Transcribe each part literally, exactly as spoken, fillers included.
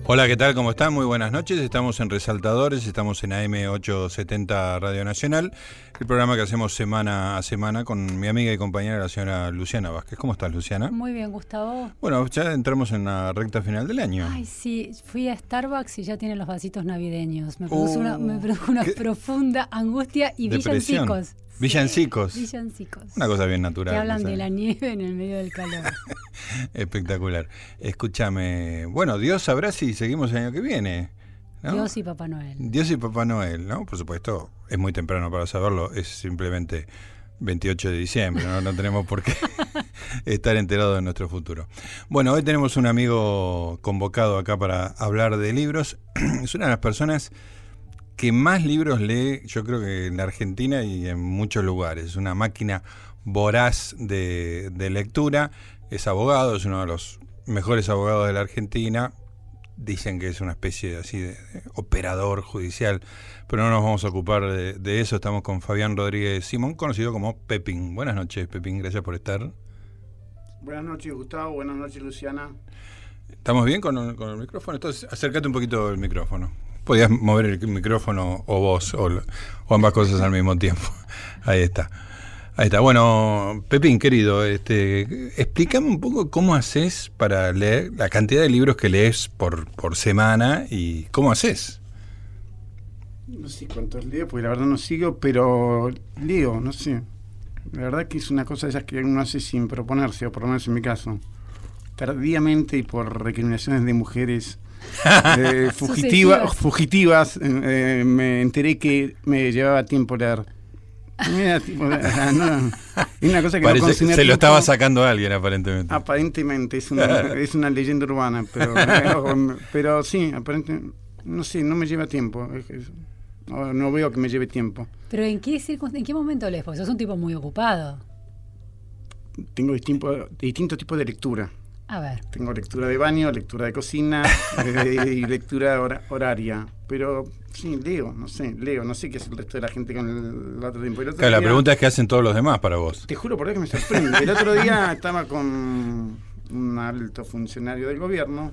Hola, ¿qué tal? ¿Cómo están? Muy buenas noches. Estamos en Resaltadores, estamos en A M ochocientos setenta Radio Nacional, el programa que hacemos semana a semana con mi amiga y compañera, la señora Luciana Vázquez. ¿Cómo estás, Luciana? Muy bien, Gustavo. Bueno, ya entramos en la recta final del año. Ay, sí, fui a Starbucks y ya tienen los vasitos navideños. Me produjo, Uh, una, me produjo una ¿qué? profunda angustia y Depresión. villancicos. Villancicos. Sí, villancicos. Una cosa bien natural. Que hablan esa. de la nieve en el medio del calor. Espectacular. Escúchame, bueno, Dios sabrá si seguimos el año que viene, ¿no? Dios y Papá Noel. Dios y Papá Noel, ¿no? Por supuesto, es muy temprano para saberlo, es simplemente veintiocho de diciembre, no, no tenemos por qué estar enterados de nuestro futuro. Bueno, hoy tenemos un amigo convocado acá para hablar de libros. Es una de las personas que más libros lee, yo creo que en la Argentina y en muchos lugares. Es una máquina voraz de, de lectura. Es abogado, es uno de los mejores abogados de la Argentina. Dicen que es una especie de, así de, de operador judicial, pero no nos vamos a ocupar de, de eso. Estamos con Fabián Rodríguez Simón, conocido como Pepín. Buenas noches, Pepín, gracias por estar. Buenas noches, Gustavo. Buenas noches, Luciana. ¿Estamos bien con, con el micrófono? Entonces, acércate un poquito al micrófono. Podías mover el micrófono o vos, o, o ambas cosas al mismo tiempo. Ahí está. Ahí está. Bueno, Pepín, querido, este, explícame un poco cómo haces para leer, la cantidad de libros que lees por, por semana y cómo haces. No sé cuántos leo, porque la verdad no sigo, pero leo, no sé. La verdad que es una cosa de esas que uno hace sin proponerse, o por lo menos en mi caso. Tardíamente y por recriminaciones de mujeres eh, fugitiva, fugitivas, eh, me enteré que me llevaba tiempo leer. Mira, tipo, no, es una cosa que Parece, no consumía se lo tiempo. estaba sacando a alguien, aparentemente. Aparentemente, es una, es una leyenda urbana, pero, eh, pero sí, aparentemente, no sé, no me lleva tiempo. Es, es, no, no veo que me lleve tiempo. ¿Pero en qué circunst- en qué momento lees? Porque sos un tipo muy ocupado. Tengo distinto, distintos tipos de lectura. A ver. Tengo lectura de baño, lectura de cocina eh, y lectura hora, horaria. Pero sí, leo, no sé, leo. No sé qué es el resto de la gente con el, el otro tiempo. El otro Claro, la día, pregunta es qué hacen todos los demás para vos. Te juro por Dios que me sorprende. El otro día estaba con un alto funcionario del gobierno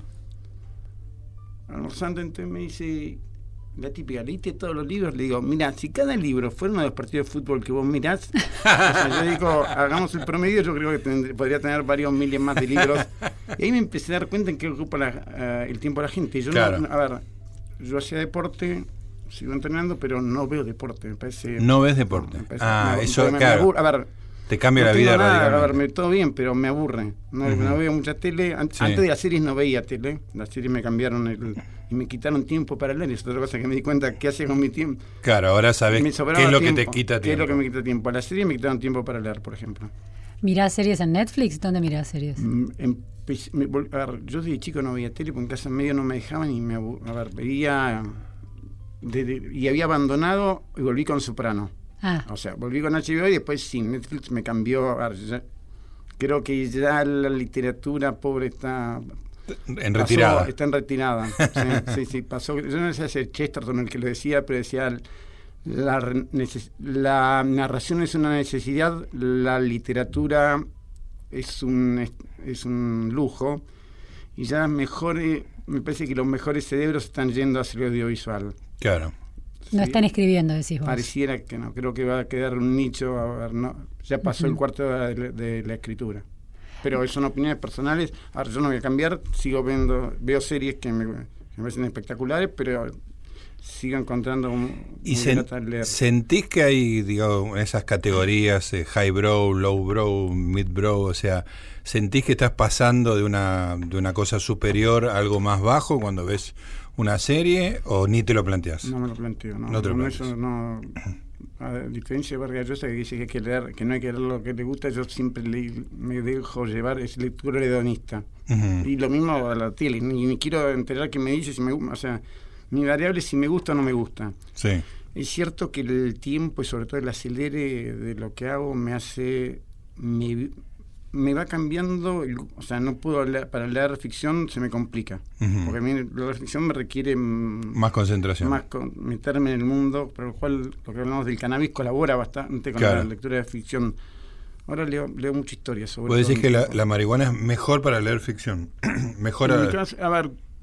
almorzando, entonces me dice, la típica, ¿leíste todos los libros? Le digo, mira, si cada libro fuera uno de los partidos de fútbol que vos mirás, o sea, yo digo, hagamos el promedio, yo creo que tendré, podría tener varios miles más de libros. Y ahí me empecé a dar cuenta en qué ocupa la, uh, el tiempo de la gente. Yo Claro. no, a ver, yo hacía deporte, sigo entrenando, pero no veo deporte, me parece. ¿No ves deporte? No, me parece- Ah, me- eso, me- me claro. aburre. A ver, Te cambia no la tengo vida nada, a radicalmente. ver, me, todo bien, pero me aburre. No, Uh-huh. no veo mucha tele. An- Sí. Antes de las series no veía tele. Las series me cambiaron el, y me quitaron tiempo para leer. Es otra cosa que me di cuenta que hacía con mi tiempo. Claro, ahora sabes Me qué sobraba es lo tiempo. que te quita ¿Qué tiempo. es lo que me quita tiempo? A las series me quitaron tiempo para leer, por ejemplo. ¿Mirás series en Netflix? ¿Dónde mirás series? Mm, empecé- me vol- a ver, yo desde chico no veía tele porque en casa medio no me dejaban y me abu- a ver, veía de- de- y había abandonado y volví con Soprano. Ah, O sea, volví con H B O y después sí, Netflix me cambió. A ver, ya- creo que ya la literatura pobre está En pasó- retirada. está en retirada. Sí, sí, sí, pasó. Yo no sé si es Chesterton el que lo decía, pero decía la, re- neces- la narración es una necesidad, la literatura es un es, es un lujo y ya mejores, me parece que los mejores cerebros están yendo hacia el audiovisual. Claro. no Sí. están escribiendo, decís vos. Pareciera que no, creo que va a quedar un nicho, a ver, no, ya pasó Ujú. el cuarto de la, de la escritura. Pero son opiniones personales. Ahora yo no voy a cambiar, sigo viendo, veo series que me, que me parecen espectaculares, pero sigo encontrando un, ¿Y muy sen- grata leer. sentís que hay, digo, esas categorías, eh, high brow, low brow, mid brow, o sea, sentís que estás pasando de una, de una cosa superior a algo más bajo cuando ves una serie o ni te lo planteás? No me lo planteo, no. No te lo no, planteas. eso no, a diferencia de Vargas Llosa, que dice que hay que leer, que no hay que leer lo que le gusta, yo siempre le- me dejo llevar, es lectura hedonista. Ujú. Y lo mismo a la tele, ni, ni quiero enterar qué me dice, si me gusta, o sea, mi variable es si me gusta o no me gusta. Sí. Es cierto que el tiempo y sobre todo el acelere de lo que hago me hace, me, me va cambiando, el- o sea, no puedo leer, para leer ficción se me complica, Ujú. porque a mí la ficción me requiere mm, Más concentración. más con- meterme en el mundo, por lo cual lo que hablamos del cannabis colabora bastante con Claro. la lectura de ficción. Ahora leo, leo mucha historia sobre Vos decís todo que en la, tiempo. la marihuana es mejor para leer ficción. Mejor En a... mi caso, a ver,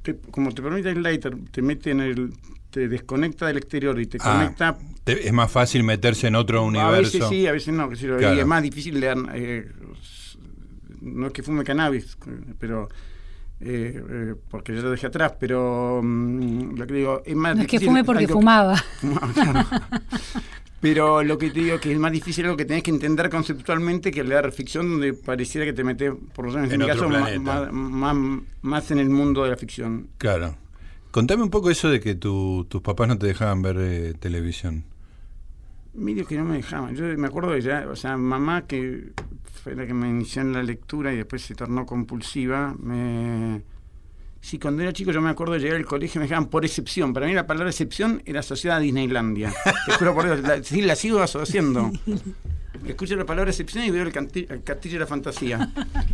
te, como te permite el lighter, te mete en el, te desconecta del exterior y te ah, conecta. Te, es más fácil meterse en otro universo. A veces sí, a veces no. Que sí, claro. Y es más difícil leer. Eh, no es que fume cannabis, pero eh, eh, porque yo lo dejé atrás, pero um, lo que digo es más no difícil. Es que fume porque algo fumaba. Que, fumaba claro. Pero lo que te digo que es más difícil algo que tenés que entender conceptualmente que leer ficción, donde pareciera que te metes, por lo menos en, en mi caso, más, más, más, más en el mundo de la ficción. Claro. Contame un poco eso de que tu, tus papás no te dejaban ver eh, televisión. Medio que no me dejaban. Yo me acuerdo de ya, o sea, mamá, que fue la que me inició en la lectura y después se tornó compulsiva, me... Sí, cuando era chico yo me acuerdo de llegar al colegio y me dejaban por excepción. Para mí la palabra excepción era asociada a Disneylandia. Te juro por Dios, la, sí, la sigo asociando. Escucho la palabra excepción y veo el, canti, el castillo de la fantasía.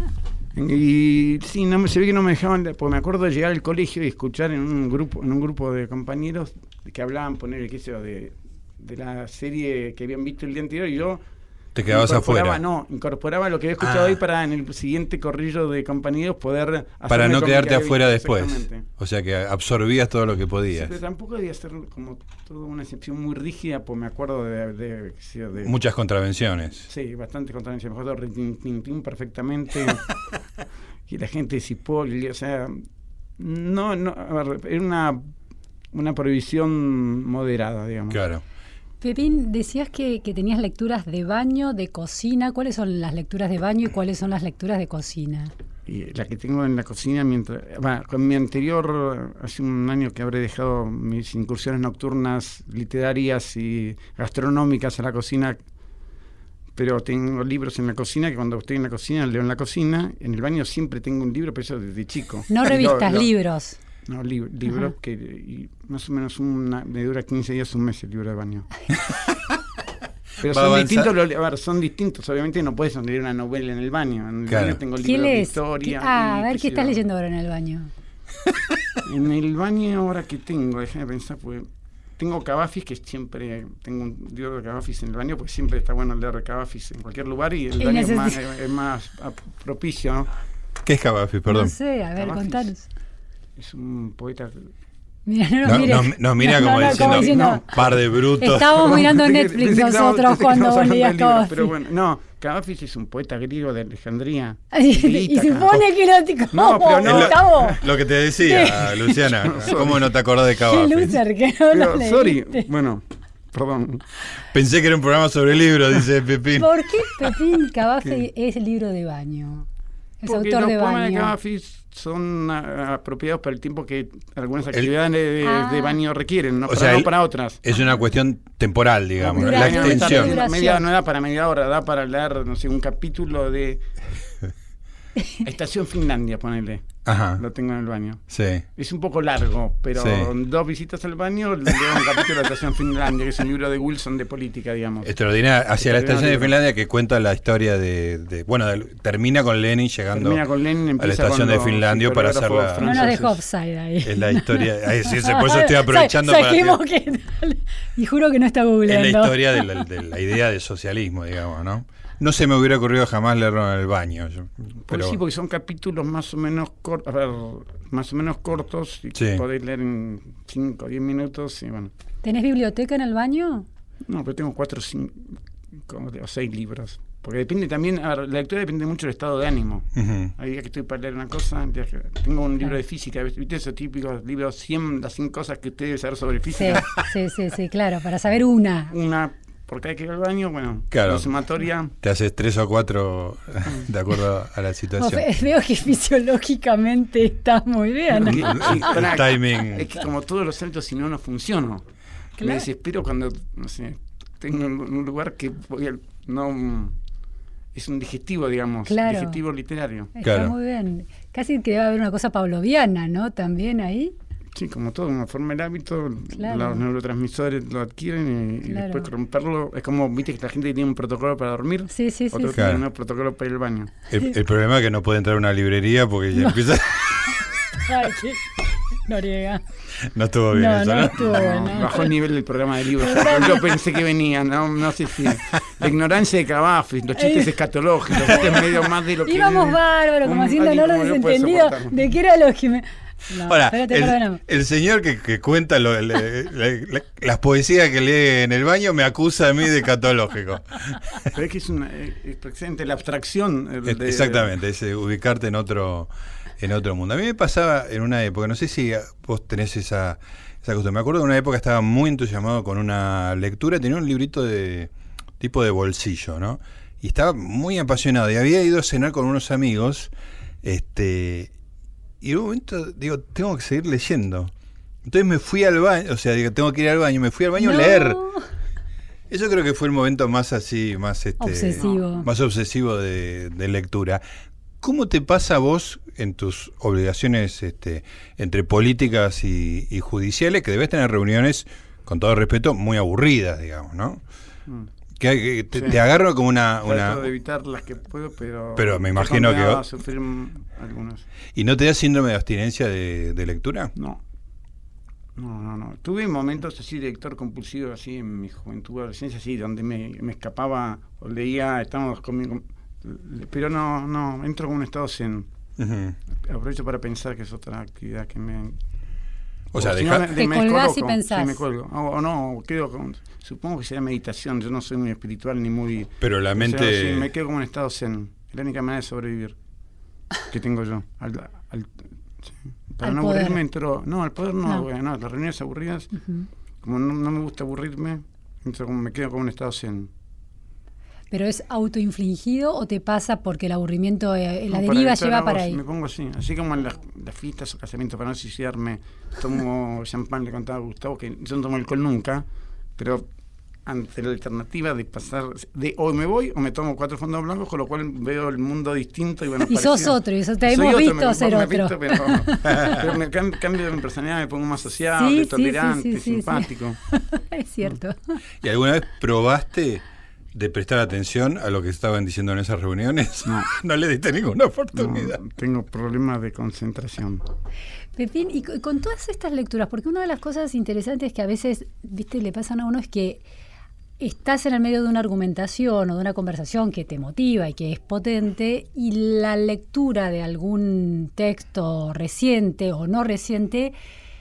Y sí, no me, se ve que no me dejaban, porque me acuerdo de llegar al colegio y escuchar en un grupo, en un grupo de compañeros que hablaban, poner qué sé yo, de, de la serie que habían visto el día anterior, y yo te quedabas afuera. No, incorporaba lo que había escuchado ah. hoy para en el siguiente corrillo de compañeros poder para no quedarte afuera después. O sea que absorbías todo lo que podías. Sí, pero tampoco debía ser como toda una excepción muy rígida, pues me acuerdo de, de, de, de muchas contravenciones. Sí, bastantes contravenciones. Me acuerdo de Rin perfectamente. Y la gente de Cipoll, o sea, no, no, a ver, era una una prohibición moderada, digamos. Claro. Pepín, decías que, que tenías lecturas de baño, de cocina. ¿Cuáles son las lecturas de baño y cuáles son las lecturas de cocina? Y la que tengo en la cocina, mientras, bueno, con mi anterior, hace un año que habré dejado mis incursiones nocturnas literarias y gastronómicas a la cocina, pero tengo libros en la cocina, que cuando estoy en la cocina leo en la cocina. En el baño siempre tengo un libro, pero eso desde chico. No revistas, lo, lo, libros. libros. No, li- libros que y más o menos una, me dura quince días, un mes el libro de baño. Pero son distintos, lo, a ver, son distintos. Obviamente no puedes leer una novela en el baño. En el claro. baño tengo libros de historia. Ah, y, a ver, ¿qué, ¿qué estás yo? leyendo ahora en el baño? En el baño ahora que tengo, déjame pensar, pues tengo Cavafis, que siempre tengo un libro de Cavafis en el baño, pues siempre está bueno leer Cavafis en cualquier lugar y el baño es más, es más propicio, ¿no? ¿Qué es Cavafis, perdón? No sé, a ver, Cavafis, contanos. Es un poeta... Mira, no nos no, mire. no, nos mira no, como, no, diciendo, como diciendo, par de brutos. Estábamos mirando Netflix pensé, pensé nosotros cuando vos leías Cavafis. Pero bueno, no, Cavafis es un poeta griego de Alejandría. Y se supone que no te... No, pero no. Lo, lo que te decía, Luciana, ¿cómo no te acordás de Cavafis? Qué loser, que no pero, lo sorry, bueno... Perdón. Pensé que era un programa sobre libros, dice Pepín. ¿Por qué Pepín Cavafis es libro de baño? Es Porque autor los de baño. poemas de Cavafis son uh, apropiados para el tiempo que algunas actividades el, de, ah, de baño requieren, no, o para, sea, no el, para otras. Es una cuestión temporal, digamos, dura, la extensión. No, media, no da para media hora, da para leer, no sé, un capítulo de Estación Finlandia, ponele. Ajá. Lo tengo en el baño. Sí. Es un poco largo, pero sí. Dos visitas al baño, leo un capítulo de Estación Finlandia, que es un libro de Wilson de política, digamos. Extraordinario. Hacia la Estación de Finlandia, que cuenta la historia de... de bueno, de, termina con Lenin llegando termina con Lenin, a la Estación de Finlandia para hacer la... No nos dejó offside ahí. Es la historia... Ahí, sí, por eso estoy aprovechando Sa- para... Que, y juro que no está googleando. Es la historia de la, de la idea de socialismo, digamos, ¿no? No se me hubiera ocurrido jamás leerlo en el baño. Yo, pero... Pues sí, porque son capítulos más o menos cortos, a ver, más o menos cortos y sí. Podéis leer en cinco o diez minutos y bueno. ¿Tenés biblioteca en el baño? No, pero tengo cuatro o seis libros. Porque depende también, a ver, la lectura depende mucho del estado de ánimo. Uh-huh. Hay días que estoy para leer una cosa, que tengo un libro de física, ¿viste esos típicos libros, cien, las cien cosas que usted debe saber sobre física? Sí, sí, sí, sí, claro, para saber una. Una... Porque hay que ir al baño, bueno, claro, la sumatoria. Te haces tres o cuatro de acuerdo a la situación. No, veo que fisiológicamente está muy bien. ¿No? El, el, el timing. Es que como todos los saltos, si no, no funciono. Claro. Me desespero cuando, no sé, tengo un lugar que voy a, no... Es un digestivo, digamos, claro. digestivo literario. Está claro. muy bien. Casi que debe haber una cosa pavloviana, ¿no? También ahí. Sí, como todo, una forma del hábito, claro. Los neurotransmisores lo adquieren y, claro. y después romperlo. Es como, viste que la gente tiene un protocolo para dormir, sí, sí, otro sí, tiene claro. un protocolo para ir al baño. El, el problema es que no puede entrar a una librería porque ya no. empieza... Ay, qué... Noriega. No estuvo bien no, eso, ¿no? ¿no? Estuvo bueno. No, bajó el nivel del programa de libros. Yo, yo pensé que venía, no, no sé si... La ignorancia de Cavafis, los chistes escatológicos, los chistes medio más de lo que... Íbamos bárbaro, como haciendo el orden desentendido de qué era lo que me... No, Ahora, pero te el, perdonamos. el señor que, que cuenta lo- le- le- le- las poesías que lee en el baño me acusa a mí de catológico. Pero es que es una es, es precisamente la abstracción. el de- Exactamente, es eh, ubicarte en otro, en otro mundo. A mí me pasaba en una época, no sé si vos tenés esa, esa costumbre. Me acuerdo de una época estaba muy entusiasmado con una lectura, tenía un librito de tipo de bolsillo, ¿no? Y estaba muy apasionado y había ido a cenar con unos amigos, este, y en un momento digo, tengo que seguir leyendo. Entonces me fui al baño, o sea, digo, tengo que ir al baño, me fui al baño No. a leer. Eso creo que fue el momento más así, más este, Obsesivo. más obsesivo de, de lectura. ¿Cómo te pasa a vos en tus obligaciones este, entre políticas y, y judiciales, que debes tener reuniones, con todo respeto, muy aburridas, digamos, ¿no? Mm. Que, hay- que te, Sí. te agarro como una... Trato una de evitar las que puedo, pero. Pero me estoy imagino que condenado vos- a sufrir mm, algunas. ¿Y no te da síndrome de abstinencia de, de lectura? No. No, no, no. Tuve momentos así de lector compulsivo, así en mi juventud, adolescencia, así, donde me, me escapaba o leía, estábamos conmigo. Pero no, no, entro como un estado zen. Ujú. Aprovecho para pensar que es otra actividad que me. O sea, si deja- no, me- Te me colgás y descoloco, pensás. sí, me cuelgo. O, o no, quedo con. Supongo que sería meditación. Yo no soy muy espiritual ni muy. Pero la o sea, mente... sí, me quedo como en estado zen. Es la única manera de sobrevivir que tengo yo. Al, al- sí. Para Al no poder. aburrirme, entro. No, al poder no, No. güey, no, las reuniones aburridas, Ujú. como no, no me gusta aburrirme, entro como, me quedo como en estado zen. ¿Pero es autoinfligido o te pasa porque el aburrimiento, eh, la No, para deriva evitar lleva algo, para ahí? Me pongo así, así como en las, las fiestas o casamientos para no suicidarme, tomo champán, le contaba a Gustavo que yo no tomo alcohol nunca, pero ante la alternativa de pasar, de o me voy o me tomo cuatro fondos blancos, con lo cual veo el mundo distinto y bueno, Y sos parecido. otro, y eso te Soy hemos otro, visto me- ser me otro. visto, pero, pero me cam- cambio de mi personalidad, me pongo más sociable, Sí, sí, sí, tolerante, sí, sí, sí. simpático. Es cierto. ¿Y alguna vez probaste de prestar atención a lo que estaban diciendo en esas reuniones? No. No le diste ninguna No, oportunidad. tengo problemas de concentración. Pepín, y co- con todas estas lecturas, porque una de las cosas interesantes que a veces, viste, le pasan a uno es que estás en el medio de una argumentación o de una conversación que te motiva y que es potente, y la lectura de algún texto reciente o no reciente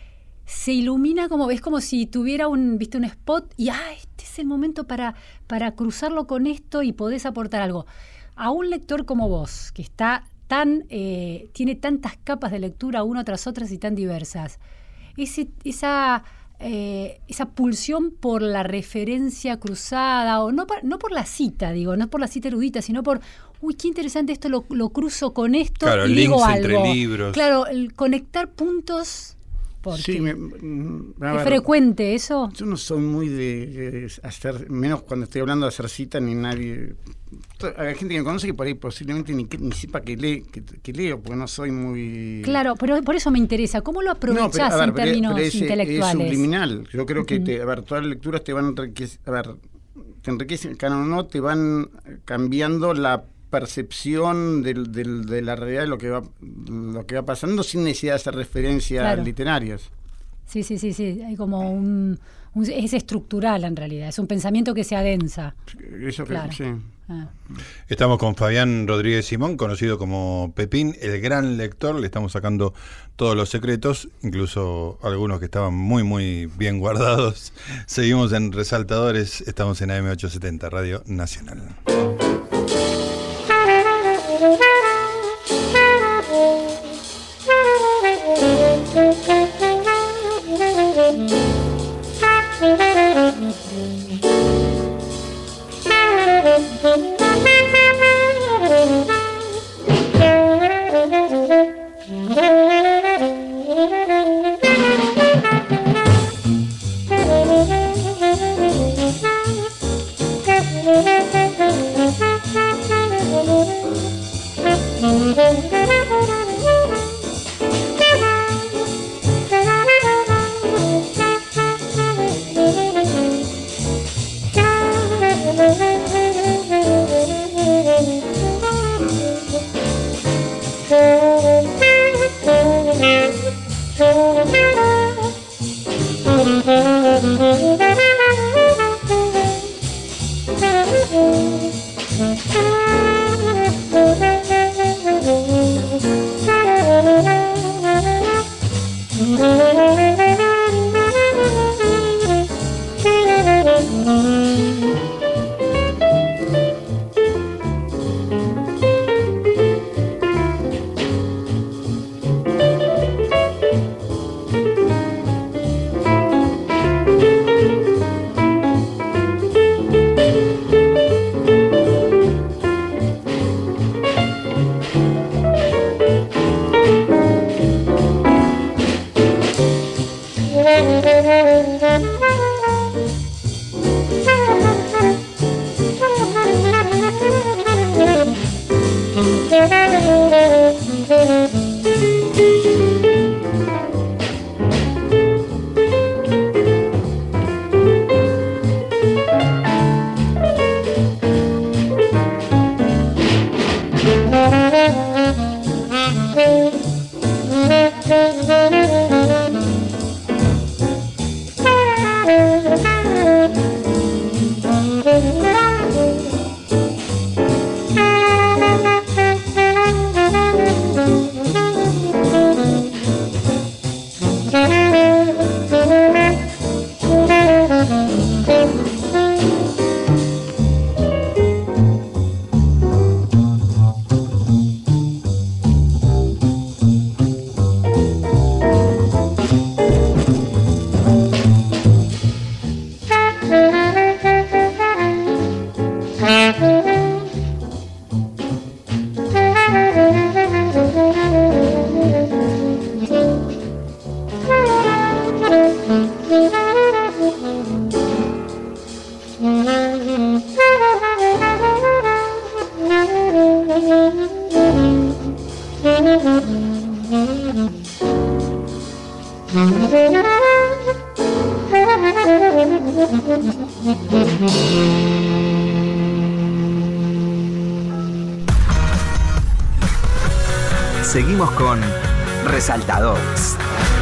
se ilumina como, es como si tuviera un, viste, un spot y ah, este es el momento para, para cruzarlo con esto y podés aportar algo. A un lector como vos, que está tan, eh, tiene tantas capas de lectura una tras otras y tan diversas, ese, esa, eh, esa pulsión por la referencia cruzada, o no, pa- no por la cita, digo, no por la cita erudita, sino por, uy, qué interesante esto, lo, lo cruzo con esto Claro, y digo links entre algo. libros. Claro, el conectar puntos, porque Sí, me, mm, a es ver, frecuente eso. yo no soy muy de eh, hacer, menos cuando estoy hablando de hacer cita, ni nadie. Hay gente que me conoce que por ahí posiblemente ni, que- ni sepa que, lee, que, que leo, porque no soy muy. Claro, pero por eso me interesa. ¿Cómo lo No, pero, aprovechás a ver, en pero- términos pero es, es intelectuales? subliminal. Yo creo que, Ujú. te, a ver, todas las lecturas te van a enriquecer, a ver, te enriquecen, cada uno te van cambiando la percepción del, del, de la realidad de lo que va lo que va pasando sin necesidad de hacer referencias Claro. literarias. Sí, sí, sí, sí. Hay como un, un- es estructural en realidad. Es un pensamiento que se adensa. Eso que, Claro. sí. Ah. Estamos con Fabián Rodríguez Simón, conocido como Pepín, el gran lector. Le estamos sacando todos los secretos, incluso algunos que estaban muy, muy bien guardados. Seguimos en Resaltadores, estamos en A M ochocientos setenta, Radio Nacional. Seguimos con Resaltadores.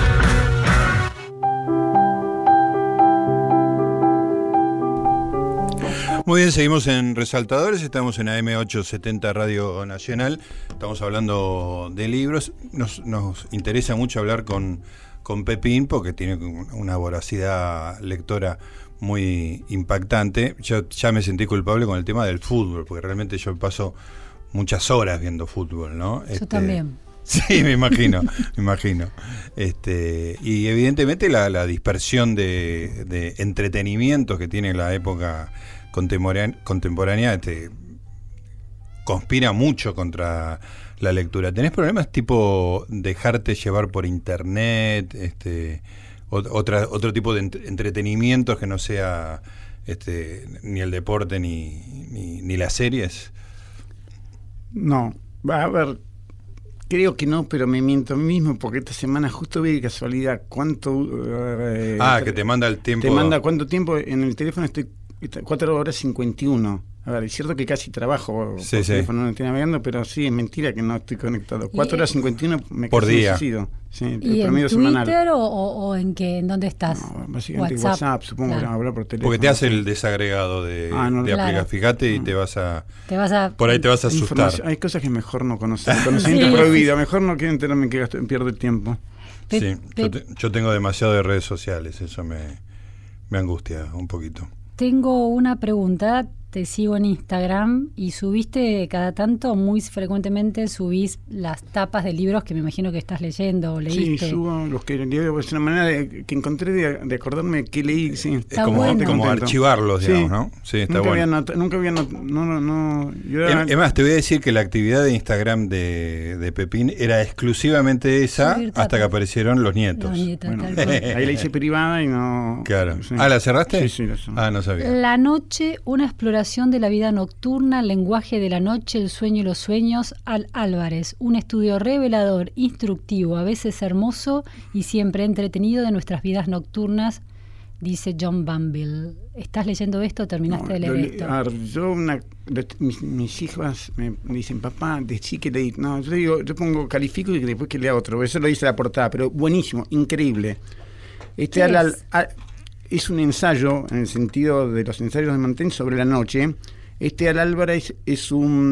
Muy bien, seguimos en Resaltadores, estamos en A M ochocientos setenta Radio Nacional, estamos hablando de libros, nos, nos interesa mucho hablar con, con Pepín porque tiene una voracidad lectora muy impactante. Yo ya me sentí culpable con el tema del fútbol, porque realmente yo paso muchas horas viendo fútbol, ¿no? Yo este, también. Sí, me imagino, me imagino. Este, y evidentemente la, la dispersión de, de entretenimientos que tiene la época contemporánea, contemporánea este, conspira mucho contra la lectura. ¿Tenés problemas tipo dejarte llevar por internet, este, otra, otro tipo de entretenimientos que no sea este, ni el deporte ni, ni, ni las series? No, va a ver, creo que no, pero me miento a mí mismo porque esta semana justo vi de casualidad cuánto... Eh, ah, que te manda el tiempo. Te manda cuánto tiempo, en el teléfono estoy cuatro horas cincuenta y uno. A ver, es cierto que casi trabajo sí, por sí. teléfono, no estoy navegando, pero sí, es mentira que no estoy conectado. cuatro horas cincuenta y uno me por casi día. Necesito. Sí, el ¿Y promedio en semanal. Twitter o, o, o en qué? ¿En dónde estás? No, básicamente WhatsApp, WhatsApp, supongo claro. que hablar por teléfono. Porque te hace el desagregado de, Ah, no, de claro. aplicaciones. Fíjate y te vas a... Te vas a... Por ahí te vas a asustar. Información- Hay cosas que mejor no conocer. Conocimiento Sí. prohibido. Mejor no quiero enterarme que gasto, pierdo el tiempo. Pe- Sí, pe- yo, te- yo tengo demasiado de redes sociales, eso me, me angustia un poquito. Tengo una pregunta. Te sigo en Instagram y subiste cada tanto, muy frecuentemente subís las tapas de libros que me imagino que estás leyendo o leíste. Sí, subo los que leo. Es una manera de, que encontré de, de acordarme qué leí. Sí. Es Está como, bueno. como Contento. archivarlos, Sí. digamos, ¿no? Sí, está nunca, bueno. había not- nunca había not- no, no, no, yo era- Es más, te voy a decir que la actividad de Instagram de, de Pepín era exclusivamente esa Subir hasta tapas. que aparecieron los nietos. Los nietos, bueno, tal cual. ahí la hice privada y no. Claro. sí. Ah, ¿la cerraste? Sí, sí, la cerré. Ah, no sabía. La noche, una exploración de la vida nocturna, el lenguaje de la noche, el sueño y los sueños, Al Álvarez. Un estudio revelador, instructivo, a veces hermoso y siempre entretenido de nuestras vidas nocturnas, dice John Banville. ¿Estás leyendo esto? ¿Terminaste No, de leer lo le- esto? a ver, yo una, de- mis, mis hijas me dicen, papá, de chique leí. No, yo digo, yo pongo califico y después que lea otro. Eso lo dice la portada, pero buenísimo, increíble. Este ¿Qué al- al- es? al- es un ensayo, en el sentido de los ensayos de Montaigne sobre la noche. Este Al Álvarez es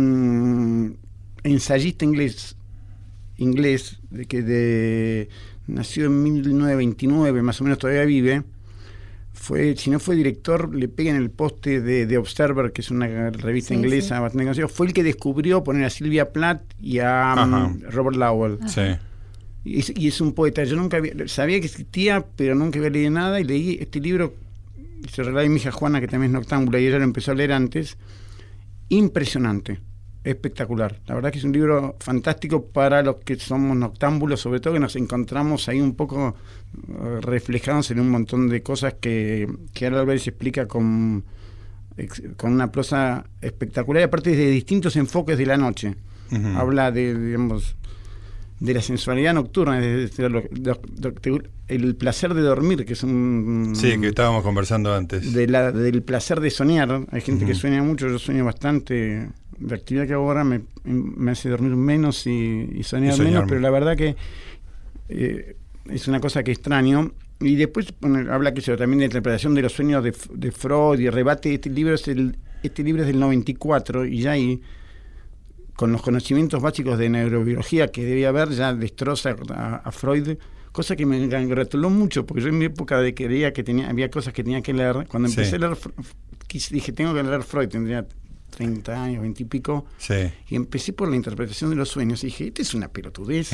un ensayista inglés, inglés de que de, nació en mil novecientos veintinueve, más o menos todavía vive. Fue, si no fue director, le pega en el poste de, de Observer, que es una revista Sí, inglesa sí. bastante conocida. Fue el que descubrió poner a Sylvia Plath y a Ajá. um, Robert Lowell. Sí. Y es, y es un poeta. Yo nunca había, sabía que existía, pero nunca había leído nada. Y leí este libro, se regaló a mi hija Juana, que también es noctámbula, y ella lo empezó a leer antes. Impresionante. espectacular. La verdad que es un libro fantástico para los que somos noctámbulos, sobre todo que nos encontramos ahí un poco uh, reflejados en un montón de cosas que, que Al Álvarez explica con, ex, con una prosa espectacular, y aparte de distintos enfoques de la noche. Uh-huh. Habla de, digamos, de la sensualidad nocturna, de, de, de, de, de, el placer de dormir, que es un... Sí, que estábamos conversando antes. De la, del placer de soñar. Hay gente uh-huh. que sueña mucho, yo sueño bastante. La actividad que hago ahora me, me hace dormir menos y, y, soñar, y soñar menos, pero la verdad que eh, es una cosa que extraño. Y después bueno, habla que eso, también de interpretación de los sueños de, de Freud y rebate. Este libro es el este libro es del noventa y cuatro y ya ahí, con los conocimientos básicos de neurobiología que debía haber, ya destroza a, a Freud, cosa que me congratuló mucho, porque yo en mi época de que creía que tenía, había cosas que tenía que leer. Cuando empecé sí. a leer, dije, tengo que leer Freud, tendría treinta años, veinte y pico, sí. y empecé por la interpretación de los sueños y dije, esta es una pelotudez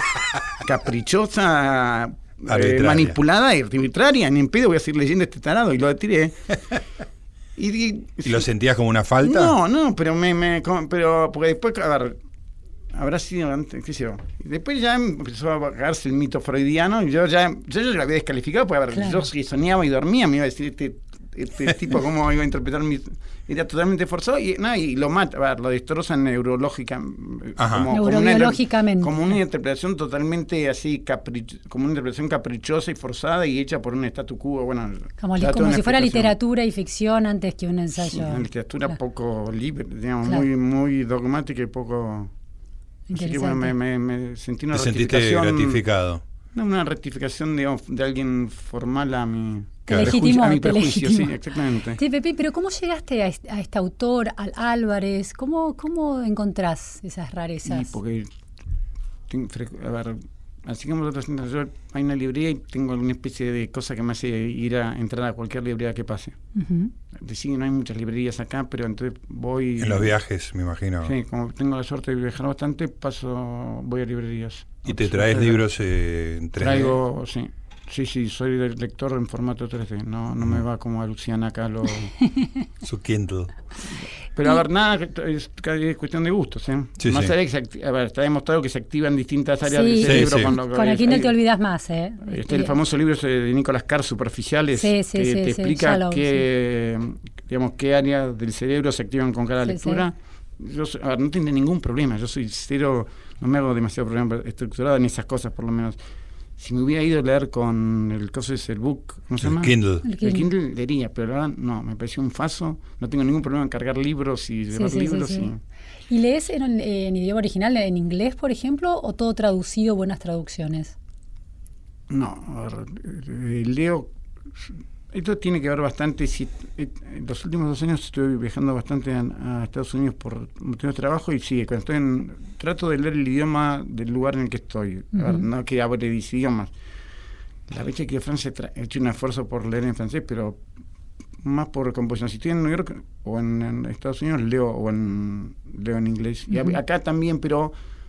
caprichosa, eh, manipulada y arbitraria, ni en pedo voy a seguir leyendo este tarado, y lo tiré. y, y, ¿Y lo sentías como una falta? No, no, pero me, me pero porque después, a ver, habrá sido antes, qué sé yo, y después ya empezó a cagarse el mito freudiano, y yo ya, yo, yo lo había descalificado, porque a ver, claro. yo si soñaba y dormía me iba a decir este este tipo cómo iba a interpretar mi... Era totalmente forzado y, no, y lo mata, a ver, lo destroza neurológica, como, neurobiológicamente. Como una, como una interpretación totalmente así, caprich, como una interpretación caprichosa y forzada y hecha por un statu quo, bueno... Como, li, como si fuera literatura y ficción antes que un ensayo. Sí, una literatura claro. poco libre, digamos, claro. muy muy dogmática y poco... Así que bueno, me, me, me sentí una ¿Te rectificación... ¿Te sentiste gratificado? No, una rectificación de, de alguien formal a mi... Te legitimó, a mi te prejuicio, legitimó. Sí, exactamente. Sí, Pepe, pero ¿cómo llegaste a este, a este autor, al Álvarez? ¿Cómo, cómo encontrás esas rarezas? Y porque, a ver, así como nosotros, yo hay una librería y tengo una especie de cosa que me hace ir a entrar a cualquier librería que pase. Uh-huh. Sí, no hay muchas librerías acá, pero entonces voy... En los viajes, me imagino. Sí, como tengo la suerte de viajar bastante, paso, voy a librerías. ¿Y te traes libros eh, en tres D? Traigo, sí. Sí, sí, soy lector en formato tres D. No, no me va como a Luciana acá lo... Su Kindle. Pero a ver, nada, es, es cuestión de gustos, ¿eh? Sí, más sí. allá que se activa, a ver, está demostrado que se activan distintas áreas sí, del cerebro. Sí, sí. Con, lo, con el Kindle te olvidas más, ¿eh? Este, este el famoso libro de Nicolás Carr, Superficiales, sí, sí, que sí, te sí, explica lo, qué, sí. digamos, qué áreas del cerebro se activan con cada sí, lectura. Sí. Yo, a ver, no tengo ningún problema. Yo soy cero, no me hago demasiado problema estructurado en esas cosas, por lo menos. Si me hubiera ido a leer con el coso ese, el book, ¿cómo se el llama? Kindle. El Kindle. El Kindle leería, pero ahora no, me pareció un faso. No tengo ningún problema en cargar libros y llevar sí, sí, libros. Sí, sí. Y... ¿Y lees en, en idioma original, en inglés, por ejemplo, o todo traducido, buenas traducciones? No, a ver, leo... Esto tiene que ver bastante, si, en los últimos dos años estoy viajando bastante a, a Estados Unidos por motivos de trabajo y sí, cuando estoy en, trato de leer el idioma del lugar en el que estoy, uh-huh. a ver, no que hable de idiomas. La vez que Francia he hecho un esfuerzo por leer en francés, pero más por composición. Si estoy en New York o en, en Estados Unidos leo o en, leo en inglés. Uh-huh. Y acá también, pero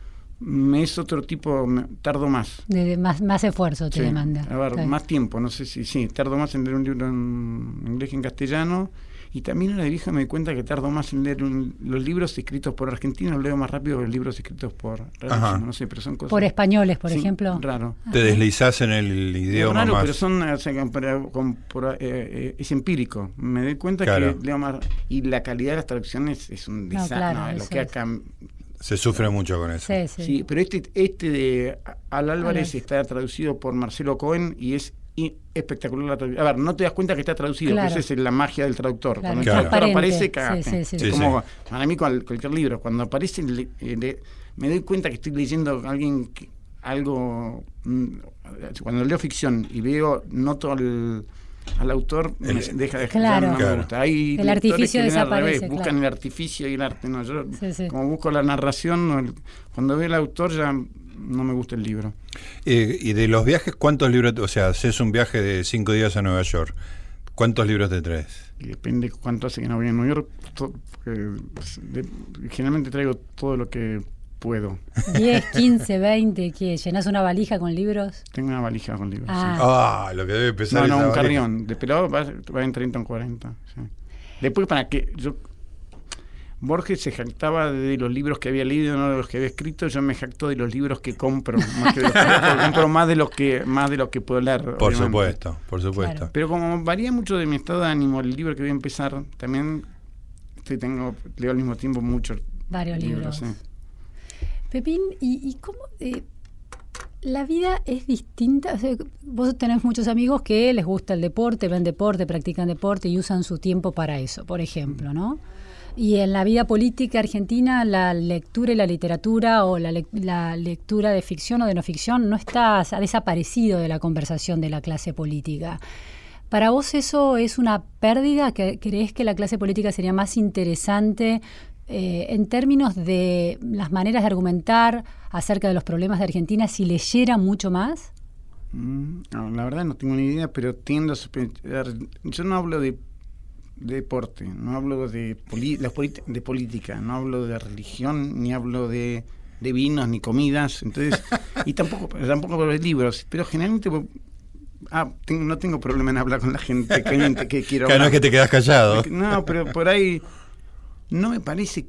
me es otro tipo, me, tardo más. De, de más, más esfuerzo te sí. demanda. A ver, claro. más tiempo, no sé si, sí, tardo más en leer un libro en inglés que en castellano, y también a la vieja me di cuenta que tardo más en leer un, los libros escritos por argentinos, leo más rápido que los libros escritos por argentinos, no sé, pero son cosas... Por españoles, por sí, ejemplo. Raro. Te deslizás en el idioma raro, más... pero son, o sea, con, con, por, eh, eh, es empírico. Me doy cuenta claro. que leo más... Y la calidad de las traducciones es un desastre. No, claro, no, lo que acá... Se sufre mucho con eso. Sí, sí. sí pero este este de Al Álvarez Álvarez. Está traducido por Marcelo Cohen y es espectacular la traducción. A ver, no te das cuenta que está traducido, claro. que esa es la magia del traductor. Claro. Cuando Claro. el traductor aparece, cagaste. Sí, sí, sí, es sí. como, sí. para mí, cualquier libro, cuando aparece, le, le, me doy cuenta que estoy leyendo a alguien, que, algo, cuando leo ficción y veo, noto al... al autor el, me deja de claro, no claro. me gusta. Hay el artificio desaparece, revés, claro. buscan el artificio y el arte. No, yo sí, sí. como busco la narración, no, el, cuando veo el autor ya no me gusta el libro. Eh, y de los viajes, ¿cuántos libros? O sea, haces un viaje de cinco días a Nueva York. ¿Cuántos libros te traes? Y depende cuánto hace que no voy a Nueva York. To, eh, de, generalmente traigo todo lo que puedo. diez, quince, veinte, ¿qué? ¿Llenás una valija con libros? Tengo una valija con libros. Ah, sí. ah lo que debe pesar. No, no, esa un valija. carrión. De pelado va, va en treinta o cuarenta. Sí. Después, para que yo. Borges se jactaba de los libros que había leído, no de los que había escrito. Yo me jacto de los libros que compro, más que de los que compro más de los que más de los que puedo leer. Por obviamente. supuesto, por supuesto. Claro. Pero como varía mucho de mi estado de ánimo el libro que voy a empezar, también estoy, tengo leo al mismo tiempo muchos Varios libros. sí. Pepín, ¿y, y cómo eh, la vida es distinta? O sea, vos tenés muchos amigos que les gusta el deporte, ven deporte, practican deporte y usan su tiempo para eso, por ejemplo, ¿no? Y en la vida política argentina, la lectura y la literatura o la, le la lectura de ficción o de no ficción no está, ha desaparecido de la conversación de la clase política. ¿Para vos eso es una pérdida? ¿Creés que la clase política sería más interesante eh, en términos de las maneras de argumentar acerca de los problemas de Argentina si leyera mucho más? Mm, no, la verdad no tengo ni idea, pero tiendo a sospechar. Yo no hablo de de deporte, no hablo de, poli la polit de política, no hablo de religión, ni hablo de, de vinos, ni comidas, entonces y tampoco tampoco hablo de libros, pero generalmente ah, tengo, no tengo problema en hablar con la gente que, que quiero hablar. No es que te quedas callado. No, pero por ahí no me parece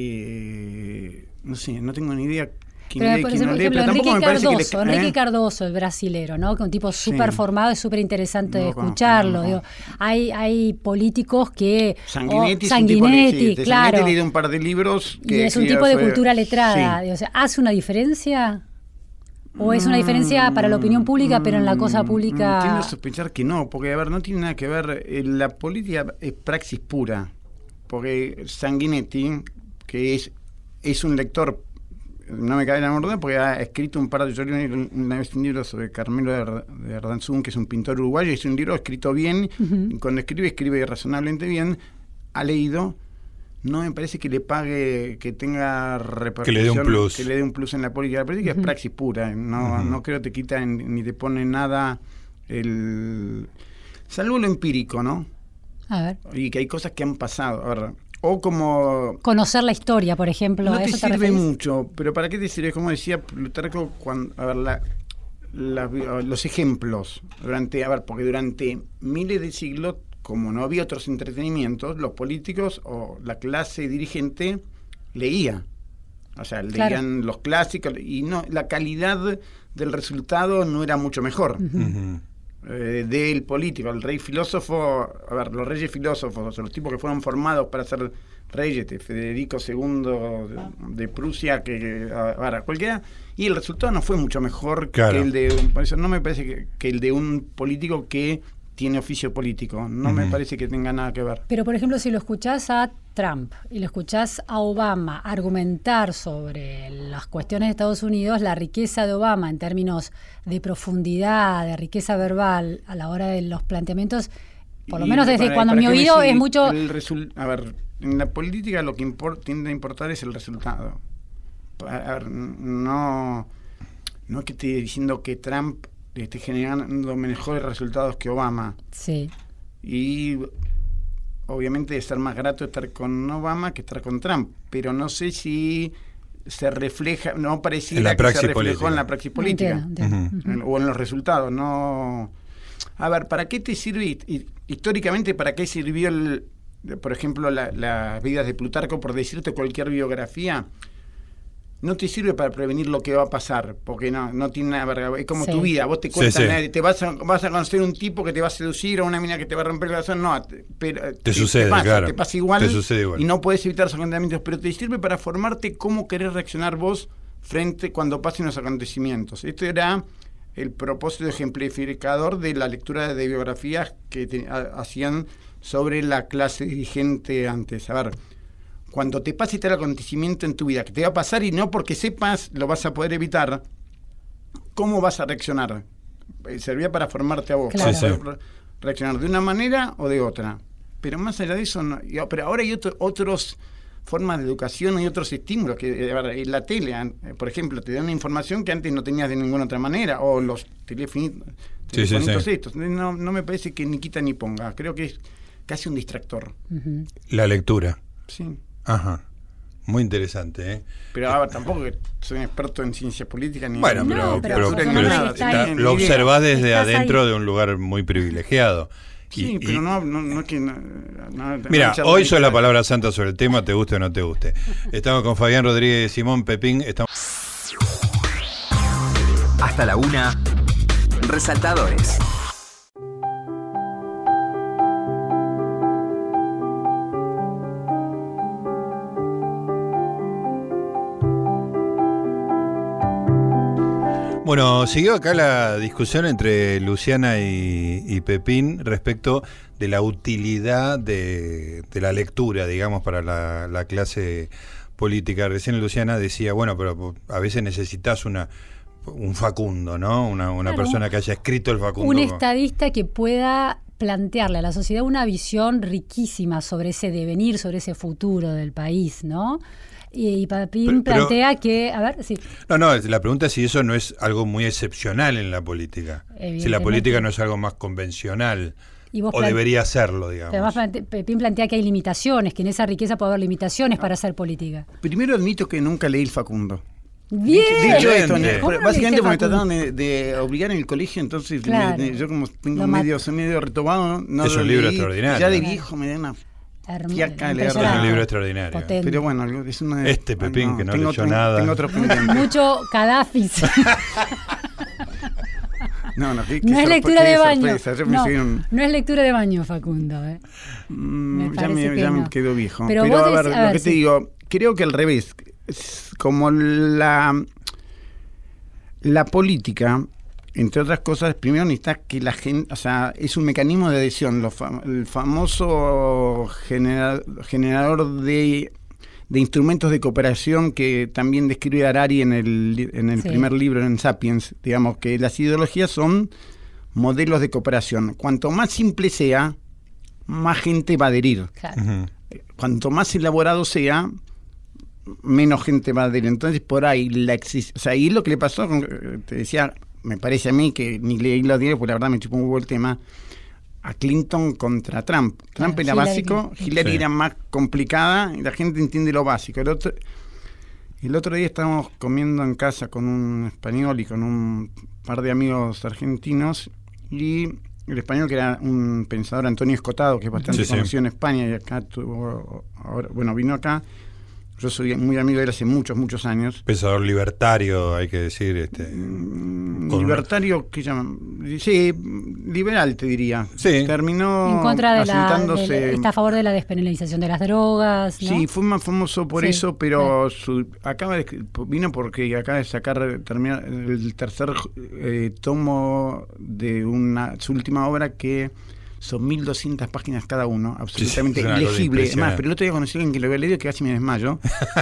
que, no sé, no tengo ni idea. Pero, lee, por ejemplo, lee, pero Enrique Cardoso, que le, Enrique ¿eh? Cardoso, el brasilero, ¿no? Que es un tipo súper sí. formado, es súper interesante no, de escucharlo. No, no, digo, hay, hay políticos que... Sanguinetti, oh, Sanguinetti tipo, sí, claro. Sanguinetti he leído un par de libros. Que, y es un que tipo de fue, cultura letrada. Sí. Digo, o sea, ¿hace una diferencia? ¿O es una diferencia para la opinión pública, pero en la cosa pública...? Tiendo a sospechar que no, porque, a ver, no tiene nada que ver... Eh, la política es praxis pura. Porque Sanguinetti, que es, es un lector... No me cae la verdad porque ha escrito un par de... Yo leí una vez un libro sobre Carmelo de Ardanzún, que es un pintor uruguayo, y es un libro escrito bien, uh-huh. y cuando escribe, escribe razonablemente bien. Ha leído, no me parece que le pague, que tenga repercusión, que le dé un plus, que le dé un plus en la política. La política uh-huh. es praxis pura, no, uh-huh. no creo que te quita ni te pone nada, el salvo lo empírico, ¿no? A ver. Y que hay cosas que han pasado. A ver, o como... Conocer la historia, por ejemplo. No ¿a te eso sirve te mucho, pero ¿para qué te sirve? Como decía Plutarco, cuando, a ver, la, la, los ejemplos, durante, a ver, porque durante miles de siglos, como no había otros entretenimientos, los políticos o la clase dirigente leía. O sea, leían claro. los clásicos y no la calidad del resultado no era mucho mejor. Uh-huh. Uh-huh. Eh, del político, el rey filósofo, a ver, los reyes filósofos, o sea, los tipos que fueron formados para ser reyes, de Federico segundo de, de Prusia, que a, a ver, cualquiera, y el resultado no fue mucho mejor claro. que el de un, por eso no me parece que, que el de un político que tiene oficio político, no uh-huh. me parece que tenga nada que ver. Pero por ejemplo, si lo escuchás a Trump y lo escuchás a Obama argumentar sobre las cuestiones de Estados Unidos, la riqueza de Obama en términos de profundidad, de riqueza verbal a la hora de los planteamientos, por lo y menos desde para, cuando para mi oído es mucho... El a ver, en la política lo que import, tiende a importar es el resultado. A ver, no, no es que esté diciendo que Trump esté generando mejores resultados que Obama. Sí. Y obviamente es ser más grato estar con Obama que estar con Trump, pero no sé si se refleja, no pareciera que se reflejó política. En la praxis política. Entiendo, entiendo. Uh-huh. O en los resultados, no... A ver, ¿para qué te sirve, históricamente, para qué sirvió, el, por ejemplo, las la vidas de Plutarco, por decirte cualquier biografía? No te sirve para prevenir lo que va a pasar, porque no no tiene nada, es como sí. tu vida, vos te cuentas, sí, sí. te vas a, vas a conocer un tipo que te va a seducir o una mina que te va a romper el corazón, no, te, pero, te, te sucede, te pasa, claro. te pasa igual, te sucede igual y no puedes evitar esos acontecimientos, pero te sirve para formarte cómo querés reaccionar vos frente cuando pasen los acontecimientos. Esto era el propósito ejemplificador de la lectura de biografías que te, a, hacían sobre la clase dirigente antes. A ver, cuando te pase tal acontecimiento en tu vida que te va a pasar y no porque sepas lo vas a poder evitar, ¿cómo vas a reaccionar? Servía para formarte a vos, claro. para sí, sí. reaccionar de una manera o de otra. Pero más allá de eso, no, pero ahora hay otro, otros formas de educación y otros estímulos, que en la tele, por ejemplo, te dan una información que antes no tenías de ninguna otra manera, o los telefonitos sí, sí, sí. estos. No, no me parece que ni quita ni ponga, creo que es casi un distractor. Uh-huh. La lectura. Sí. Ajá. Muy interesante, ¿eh? Pero a ver, tampoco que soy un experto en ciencia política ni bueno, en pero, no, pero, pero, pero, pero está está, lo observás desde Estás adentro ahí. de un lugar muy privilegiado. Sí, y, pero y, no, no, no es que... No, no, mira, no hoy soy la palabra santa sobre el tema, te guste o no te guste. Estamos con Fabián Rodríguez y Simón Pepín. Estamos... Hasta la una, Resaltadores. Bueno, siguió acá la discusión entre Luciana y, y Pepín respecto de la utilidad de, de la lectura, digamos, para la, la clase política. Recién Luciana decía, bueno, pero a veces necesitas una un Facundo, ¿no? Una, una claro, persona que haya escrito el Facundo. Un estadista que pueda plantearle a la sociedad una visión riquísima sobre ese devenir, sobre ese futuro del país, ¿no? Y Pepín pero, plantea pero, que, a ver, sí. No, no, la pregunta es si eso no es algo muy excepcional en la política. Si la política no es algo más convencional. Y vos o plante- debería serlo, digamos. Pero además plante- Pepín plantea que hay limitaciones, que en esa riqueza puede haber limitaciones para hacer política. Primero admito que nunca leí el Facundo. Bien. Dicho esto, Excelente. ¿Cómo no básicamente porque me trataron de, de obligar en el colegio, entonces Claro. me- yo como tengo Lo medio, mat- soy medio retobado, no Es lo un libro leí. extraordinario. Ya de Claro. viejo me da una... Hermoso, Fiaca, leer. Es un libro extraordinario. Potente. Pero bueno, algo- es una... Este Pepín, ay, que no tengo, leyó tengo- nada. Tengo otros pendientes. Mucho Kadhafis. No, no, qué- qué No es sorpre- lectura qué de baño. sorpresa. Yo No, pensé que era un- no es lectura de baño, Facundo. ¿eh? Mm, Me ya parece me, que ya no. me quedo viejo. Pero Pero, vos a ver, decís- a lo ver, que te sí. digo, creo que al revés, es como la, la política, entre otras cosas, primero necesita que la gente, o sea, es un mecanismo de adhesión, lo fam- el famoso genera- generador de, de instrumentos de cooperación que también describe Harari en el, li- en el Sí. primer libro, en Sapiens, digamos que las ideologías son modelos de cooperación. Cuanto más simple sea, más gente va a adherir. Claro. Ujú. Cuanto más elaborado sea, menos gente va a adherir. Entonces, por ahí, la exis- o sea, ahí lo que le pasó, con- te decía, me parece a mí, que ni leí los diarios, porque la verdad me chupó un huevo el tema, a Clinton contra Trump. Trump Claro, era Hillary básico, Clinton. Hillary Sí. era más complicada, y la gente entiende lo básico. El otro, el otro día estábamos comiendo en casa con un español y con un par de amigos argentinos, y el español, que era un pensador, Antonio Escotado, que es bastante Sí, sí. conocido en España, y acá tuvo, ahora, bueno, vino acá. Yo soy muy amigo de él hace muchos, muchos años. Pensador libertario, hay que decir. este Mm, con- Libertario, ¿qué llaman? Sí, liberal te diría. Sí. Terminó En contra de la, asentándose- de la- está a favor de la despenalización de las drogas, ¿no? Sí, fue más famoso por Sí, eso, pero su, acaba de, vino porque acaba de sacar terminar el tercer eh, tomo de una su última obra, que son mil doscientas páginas cada uno, absolutamente es una cosa ilegible. Es más, impresionante. pero el otro día conocí a alguien que lo había leído, que casi me desmayo,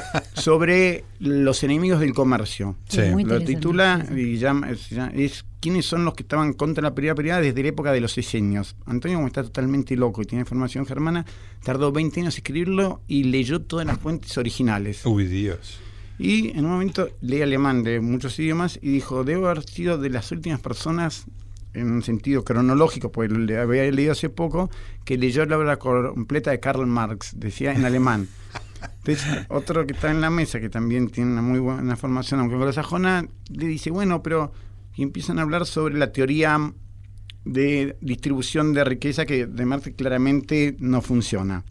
sobre los enemigos del comercio. Sí, Sí. muy Lo interesante, titula sí, sí. y llama, es, ya- es quiénes son los que estaban contra la privada privada desde la época de los sesenios. Antonio, como está totalmente loco y tiene formación germana, tardó veinte años en escribirlo y leyó todas las fuentes originales. Uy, Dios. Y en un momento leí alemán de muchos idiomas y dijo, debo haber sido de las últimas personas, en un sentido cronológico, porque le había leído hace poco, que leyó la obra completa de Karl Marx, decía en alemán. Entonces, otro que está en la mesa, que también tiene una muy buena formación, aunque anglosajona, le dice, bueno, pero... Y empiezan a hablar sobre la teoría de distribución de riqueza, que de Marx claramente no funciona.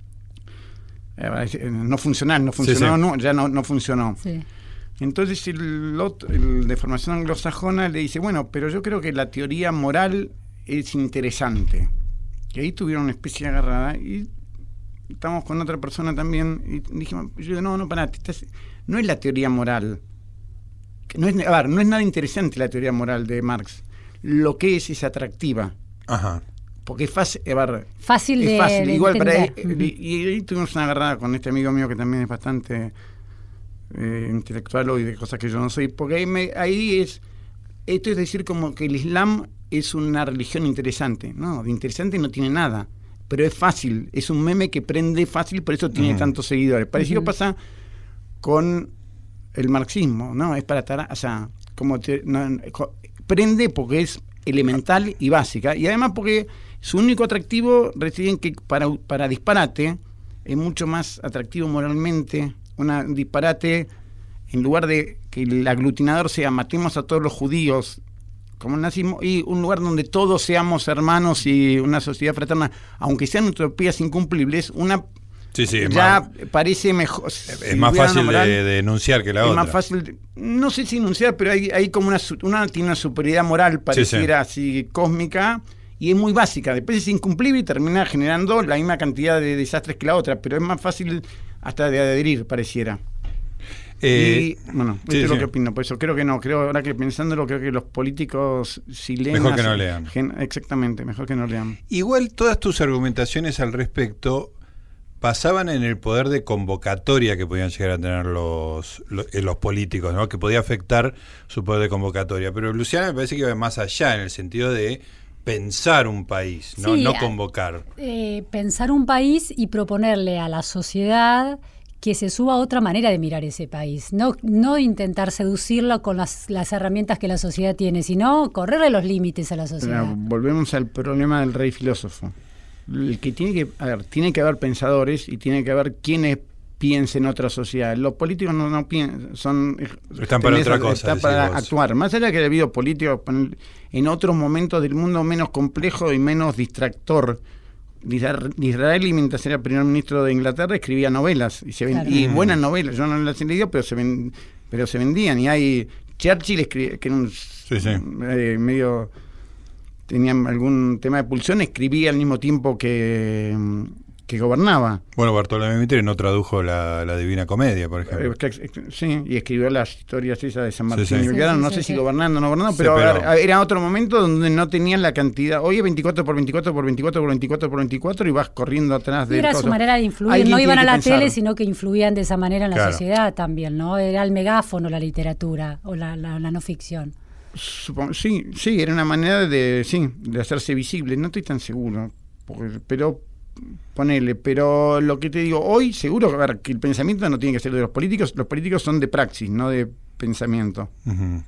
Eh, No funcional, no funcionó, Sí, sí. No, ya no, no funcionó. Sí. Entonces el, otro, el de formación anglosajona le dice, bueno, pero yo creo que la teoría moral es interesante. Y ahí tuvieron una especie de agarrada y estamos con otra persona también y dijimos, yo digo, no, no, pará, te estás- no es la teoría moral. Que No es, a ver, no es nada interesante la teoría moral de Marx. Lo que es es atractiva. Ajá. Porque es fácil, a ver, Fácil es de, fácil, de igual para él, entender. Ujú. y, y ahí tuvimos una agarrada con este amigo mío que también es bastante eh, intelectual hoy, de cosas que yo no soy, porque ahí, me, ahí es, esto es decir como que el Islam es una religión interesante. No, de interesante no tiene nada, pero es fácil, es un meme que prende fácil, por eso tiene Ujú. tantos seguidores. Parecido Ujú. pasa con el marxismo, ¿no? Es para estar, o sea, como te- no, co- prende porque es elemental y básica, y además porque su único atractivo reside en que para, para disparate es mucho más atractivo moralmente una, un disparate, en lugar de que el aglutinador sea matemos a todos los judíos como el nazismo, y un lugar donde todos seamos hermanos y una sociedad fraterna, aunque sean utopías incumplibles, una sí, sí, ya más, parece mejor. Es si más fácil moral, de, de denunciar que la es otra. Es más fácil, de, no sé si denunciar, pero hay, hay como una, una tiene una superioridad moral, pareciera sí, sí. así cósmica, y es muy básica. Después es incumplible y termina generando la misma cantidad de desastres que la otra, pero es más fácil hasta de adherir, pareciera. Eh, y bueno, esto sí, es lo sí. que opino, por eso creo que no, creo ahora que pensándolo, creo que los políticos si leen mejor que no lean. Gen, exactamente, mejor que no lean. Igual todas tus argumentaciones al respecto pasaban en el poder de convocatoria que podían llegar a tener los, los, los políticos, ¿no? Que podía afectar su poder de convocatoria, pero Luciana me parece que iba más allá en el sentido de pensar un país, no, sí, no convocar. Eh, pensar un país y proponerle a la sociedad que se suba a otra manera de mirar ese país, no, no intentar seducirlo con las, las herramientas que la sociedad tiene, sino correrle los límites a la sociedad. Pero volvemos al problema del rey filósofo. El que tiene que, a ver, tiene que haber pensadores y tiene que haber quienes piensen en otra sociedad. Los políticos no, no piensan, son están para otra cosa, están para vos. actuar. Más allá que haya habido políticos en otros momentos del mundo menos complejo y menos distractor. Disraeli, mientras era primer ministro de Inglaterra, escribía novelas y, se ven, claro. y buenas novelas. Yo no las he leído, pero se ven, pero se vendían. Y hay Churchill escribía, que era un sí, sí. Eh, medio tenía algún tema de pulsión, escribía al mismo tiempo que que gobernaba. Bueno, Bartolomé Mitre no tradujo la, la Divina Comedia, por ejemplo. Sí, y escribió las historias esas de San Martín sí, sí. y Belgrano, sí, sí, no sí, sé sí. si gobernando o no gobernando, Sí, pero, pero era otro momento donde no tenían la cantidad. Hoy es veinticuatro por veinticuatro por veinticuatro por veinticuatro por veinticuatro y vas corriendo atrás de Era cosas. su manera de influir, Alguien no iban a la pensar. tele, sino que influían de esa manera en la claro. sociedad también, ¿no? Era el megáfono la literatura o la, la, la no ficción. Supongo, sí, sí, era una manera de, sí, de hacerse visible. No estoy tan seguro, porque, pero ponele, pero lo que te digo, hoy seguro a ver, que el pensamiento no tiene que ser de los políticos, los políticos son de praxis, no de pensamiento. Uh-huh.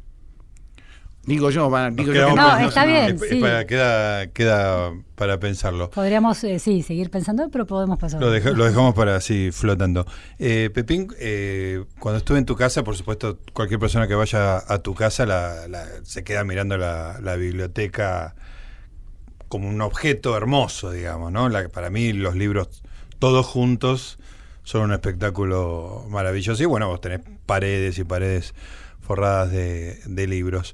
Digo yo, va, digo yo no, que no, no, está no, bien, no, sí. para, queda, queda para pensarlo. Podríamos, eh, sí, seguir pensando, pero podemos pasar. Lo, deja, lo dejamos para así, flotando. Eh, Pepín, eh, cuando estuve en tu casa, por supuesto, cualquier persona que vaya a tu casa la, la, se queda mirando la, la biblioteca como un objeto hermoso, digamos, ¿no? La, para mí los libros todos juntos son un espectáculo maravilloso. Y bueno, vos tenés paredes y paredes forradas de, de libros.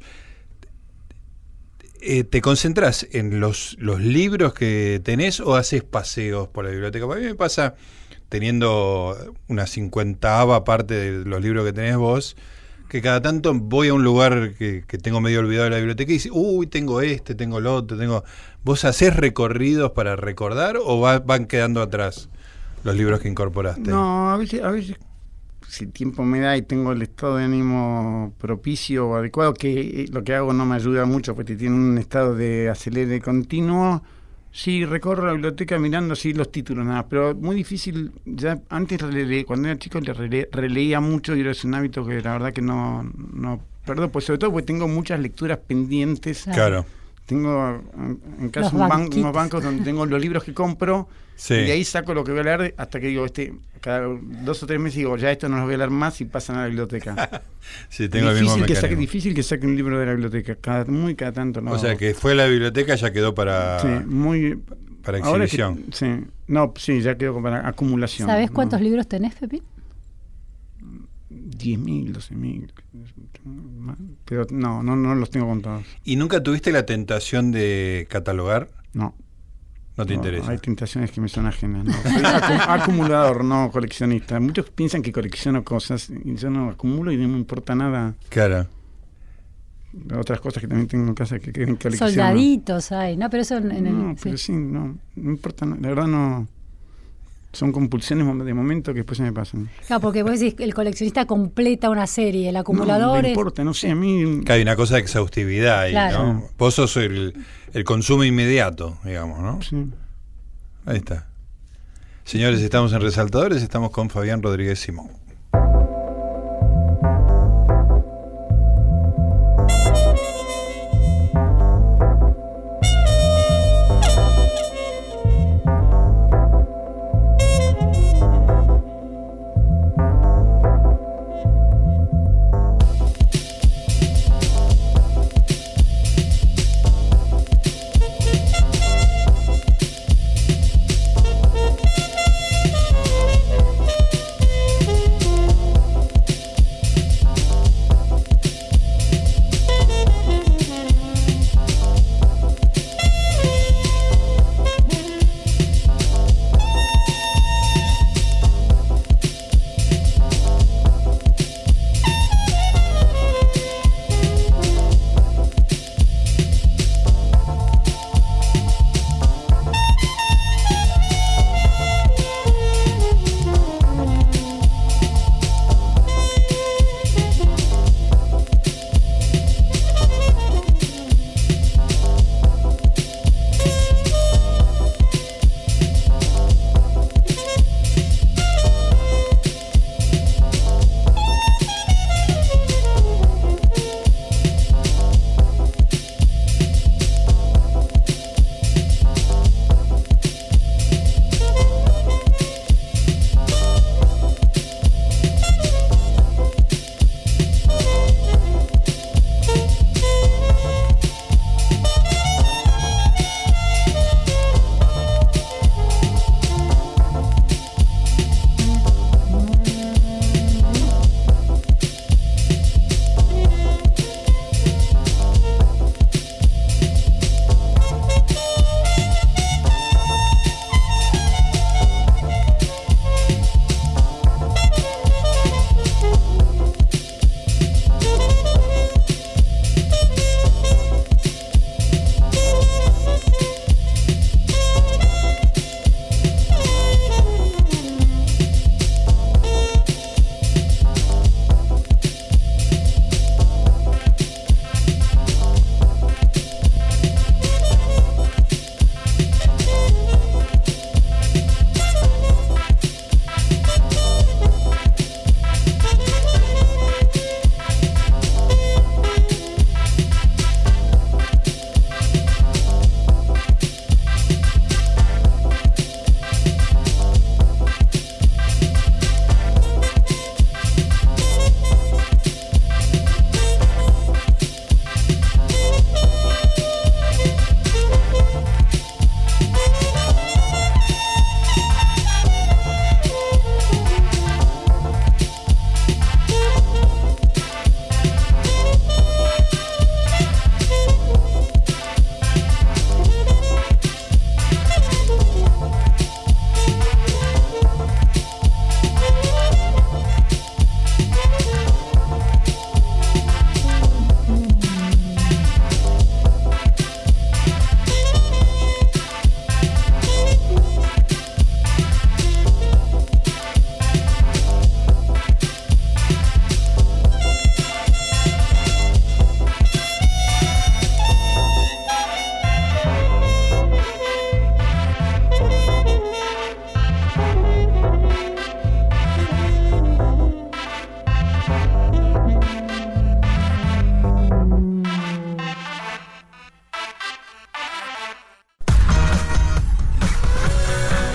Eh, ¿Te concentras en los, los libros que tenés o haces paseos por la biblioteca? Para mí me pasa, teniendo una cincuentaava parte de los libros que tenés vos, que cada tanto voy a un lugar que, que tengo medio olvidado de la biblioteca y dice, uy, tengo este, tengo el otro, tengo... ¿Vos hacés recorridos para recordar o va, van quedando atrás los libros que incorporaste? No, a veces, a veces si tiempo me da y tengo el estado de ánimo propicio o adecuado, que lo que hago no me ayuda mucho porque tiene un estado de acelere continuo, sí recorro la biblioteca mirando así los títulos nada, pero muy difícil. Ya antes rele, cuando era chico le rele, releía mucho y era un hábito que la verdad que no, no perdón, pues sobre todo porque tengo muchas lecturas pendientes. Claro. Tengo en casa un ban, unos bancos donde tengo los libros que compro sí. y de ahí saco lo que voy a leer hasta que digo, este cada dos o tres meses digo, ya esto no los voy a leer más y pasan a la biblioteca. Sí, tengo difícil, el mismo que saque, difícil que saque un libro de la biblioteca, cada, muy cada tanto. No. O sea, que fue a la biblioteca, ya quedó para, sí, muy, para exhibición. Que, sí, no, sí, ya quedó para acumulación. ¿Sabés cuántos no. libros tenés, Pepín? diez mil, doce mil, pero no, no, no los tengo contados. ¿Y nunca tuviste la tentación de catalogar? No. ¿No te no, interesa? Hay tentaciones que me son ajenas. No. Soy acumulador, no coleccionista. Muchos piensan que colecciono cosas y yo no acumulo y no me importa nada. Claro. Otras cosas que también tengo en casa que quieren coleccionar. Soldaditos hay, ¿no? Pero eso en, en no, el... pero sí. sí, no, no importa. No, la verdad no... Son compulsiones de momento que después se me pasan. Claro, porque vos decís, el coleccionista completa una serie, el acumulador no, no es... importa, no sé, a mí... Que hay una cosa de exhaustividad ahí, claro. ¿no? Vos sos el, el consumo inmediato, digamos, ¿no? Sí. Ahí está. Señores, estamos en Resaltadores, estamos con Fabián Rodríguez Simón.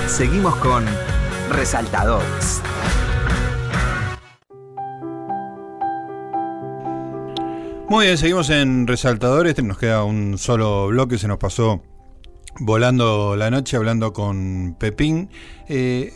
Seguimos con Resaltadores. Muy bien, seguimos en Resaltadores. Nos queda un solo bloque, se nos pasó volando la noche hablando con Pepín. Eh,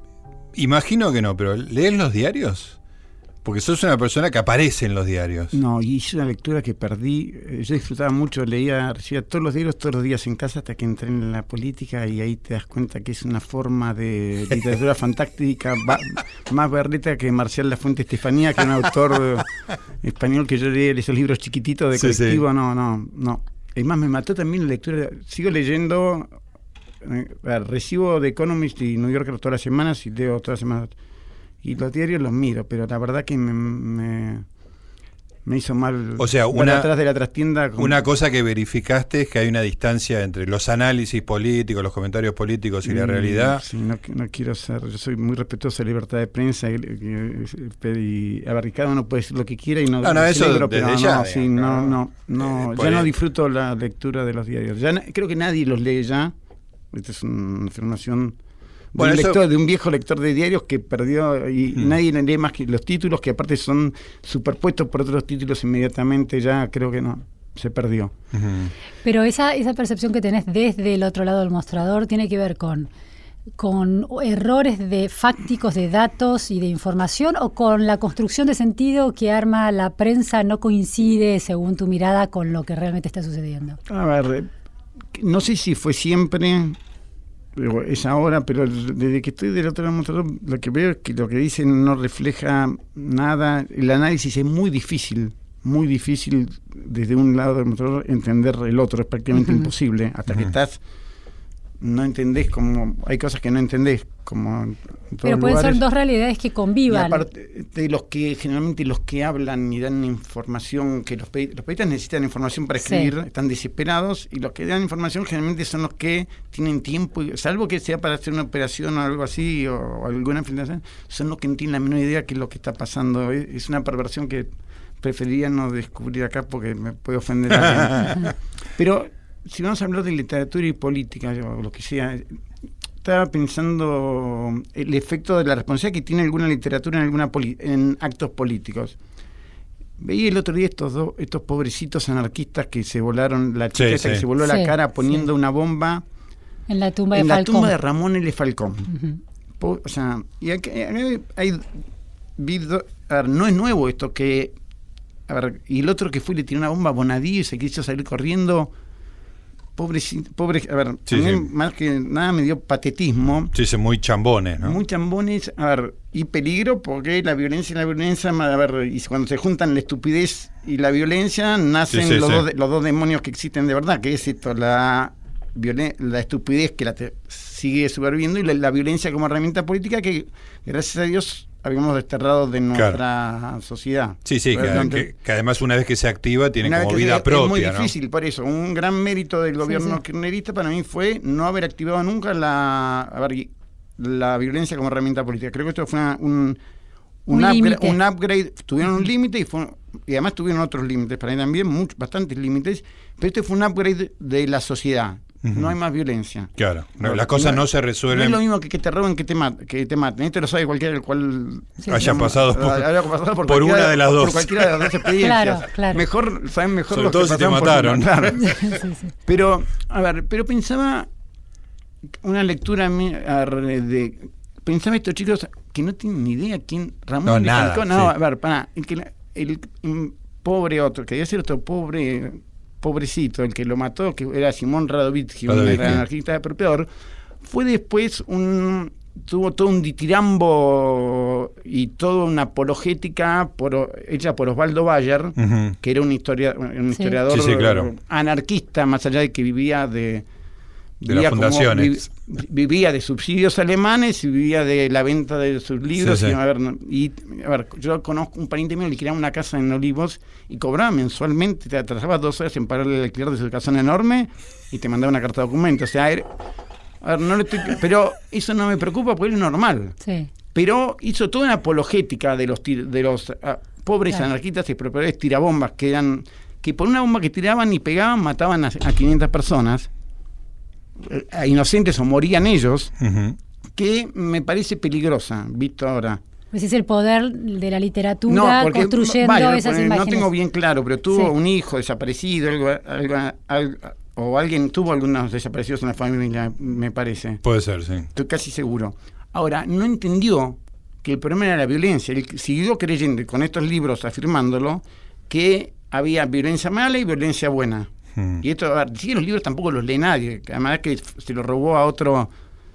imagino que no, pero ¿lees los diarios? Porque sos una persona que aparece en los diarios. No, y hice una lectura que perdí. Yo disfrutaba mucho, leía, recibía todos los diarios, todos los días en casa hasta que entré en la política y ahí te das cuenta que es una forma de literatura fantástica, va, más berreta que Marcial Lafuente Estefanía, que es un autor español que yo leí esos libros chiquititos de sí, colectivo. Sí. No, no, no. Es más, me mató también la lectura. Sigo leyendo, eh, recibo The Economist y New Yorker todas las semanas y leo todas las semanas. Y los diarios los miro, pero la verdad que me, me, me hizo mal. O sea, una, atrás de la trastienda. Con... Una cosa que verificaste es que hay una distancia entre los análisis políticos, los comentarios políticos y la mm, realidad. Sí, no, no quiero ser. Yo soy muy respetuoso de la libertad de prensa y, y, y a ver, cada uno puede decir lo que quiera y no. No, no, eso libro, desde pero ya. No, sí, no, no, no, eh, ya no disfruto la lectura de los diarios. Ya creo que nadie los lee ya. Esta es una afirmación. De, bueno, un lector, eso... de un viejo lector de diarios que perdió y hmm. nadie lee más que los títulos, que aparte son superpuestos por otros títulos inmediatamente, ya creo que no, se perdió. Uh-huh. Pero esa, esa percepción que tenés desde el otro lado del mostrador tiene que ver con, con errores de fácticos de datos y de información, o con la construcción de sentido que arma la prensa no coincide, según tu mirada, con lo que realmente está sucediendo. A ver, no sé si fue siempre... es ahora, pero desde que estoy del otro lado del mostrador, lo que veo es que lo que dicen no refleja nada. El análisis es muy difícil, muy difícil desde un lado del mostrador entender el otro, es prácticamente uh-huh. imposible. Hasta uh-huh. que estás, no entendés, como hay cosas que no entendés, como en todos pero pueden lugares. ser dos realidades que convivan. Y aparte de los que, generalmente los que hablan y dan información, que los, peri- los periodistas necesitan información para escribir, sí. están desesperados, y los que dan información generalmente son los que tienen tiempo, y, salvo que sea para hacer una operación o algo así, o, o alguna filtración, son los que no tienen la menor idea de qué es lo que está pasando. Es, es una perversión que preferiría no descubrir acá porque me puede ofender a alguien. Pero si vamos a hablar de literatura y política, o lo que sea... Estaba pensando el efecto de la responsabilidad que tiene alguna literatura en alguna poli- en actos políticos. Veía el otro día estos dos, estos pobrecitos anarquistas que se volaron, la chica sí, esta sí. que se voló sí, la cara poniendo sí. una bomba en la tumba de en Falcón. la tumba de Ramón L. Falcón. Uh-huh. Po- o sea, y aquí, hay, hay, hay a ver, no es nuevo esto que a ver, y el otro que fue y le tiró una bomba a Bonadío y se quiso salir corriendo. Pobre, pobre, a ver, sí, a mí sí. más que nada me dio patetismo. Sí, sí, muy chambones, ¿no? Muy chambones, a ver, y peligro porque la violencia y la violencia, a ver, y cuando se juntan la estupidez y la violencia, nacen sí, sí, los, sí. Dos, los dos demonios que existen de verdad, que es esto, la, violen- la estupidez que la te- sigue superviviendo y la, la violencia como herramienta política que, gracias a Dios, habíamos desterrado de nuestra claro. sociedad. Sí, sí, que, que, que además una vez que se activa tiene como vida es, propia. Es muy ¿no? difícil, por eso. Un gran mérito del gobierno sí, sí. kirchnerista para mí fue no haber activado nunca la, a ver, la violencia como herramienta política. Creo que esto fue una, un, un, un, upgra- un upgrade. Tuvieron un límite y, fue, y además tuvieron otros límites para mí también, muchos, bastantes límites, pero este fue un upgrade de la sociedad. Uh-huh. No hay más violencia. Claro, no, las cosas no, no se resuelven. No es lo mismo que que te roben que te, mat- que te maten. Esto lo sabe cualquiera el cual sí, haya sí, pasado por, haya pasado por, por una de las dos. Por cualquiera de las dos experiencias. Claro, claro. Mejor, saben mejor sobre los todo que si te mataron. Por, claro. sí, sí. Pero, a ver, pero pensaba una lectura de pensaba estos chicos que no tienen ni idea quién Ramón no, nada, Falcón, no, sí. a ver, para, el que el, el, el pobre otro, que debe ser otro pobre pobrecito, el que lo mató, que era Simón Radovitsky, un anarquista apropiador, fue después un tuvo todo un ditirambo y toda una apologética por, hecha por Osvaldo Bayer, uh-huh. que era un, historia, un sí. historiador sí, sí, claro. anarquista, más allá de que vivía de de las fundaciones. Como, vi, vivía de subsidios alemanes y vivía de la venta de sus libros. Sí, sí. Y, a ver, y a ver, yo conozco un pariente mío que alquilaba una casa en Olivos y cobraba mensualmente, te atrasaba dos horas en pagar el alquiler de su casona enorme y te mandaba una carta de documento. O sea, era, a ver, no le estoy, pero eso no me preocupa porque es normal. Sí. Pero hizo toda una apologética de los tir, de los uh, pobres claro. anarquistas y propietarios tirabombas que eran que por una bomba que tiraban y pegaban mataban a, a quinientas personas. a inocentes o morían ellos, Ujú. que me parece peligrosa, visto ahora. Pues es el poder de la literatura construyendo vale, esas porque imágenes. no tengo bien claro, pero tuvo Sí. un hijo desaparecido, algo, algo, algo- o alguien tuvo algunos desaparecidos en la familia, me parece. Puede ser, sí. Estoy casi seguro. Ahora, no entendió que el problema era la violencia. Él siguió creyendo, con estos libros afirmándolo, que había violencia mala y violencia buena. Mm. Y esto, a ver, sí, los libros tampoco los lee nadie. Además que se lo robó a otro,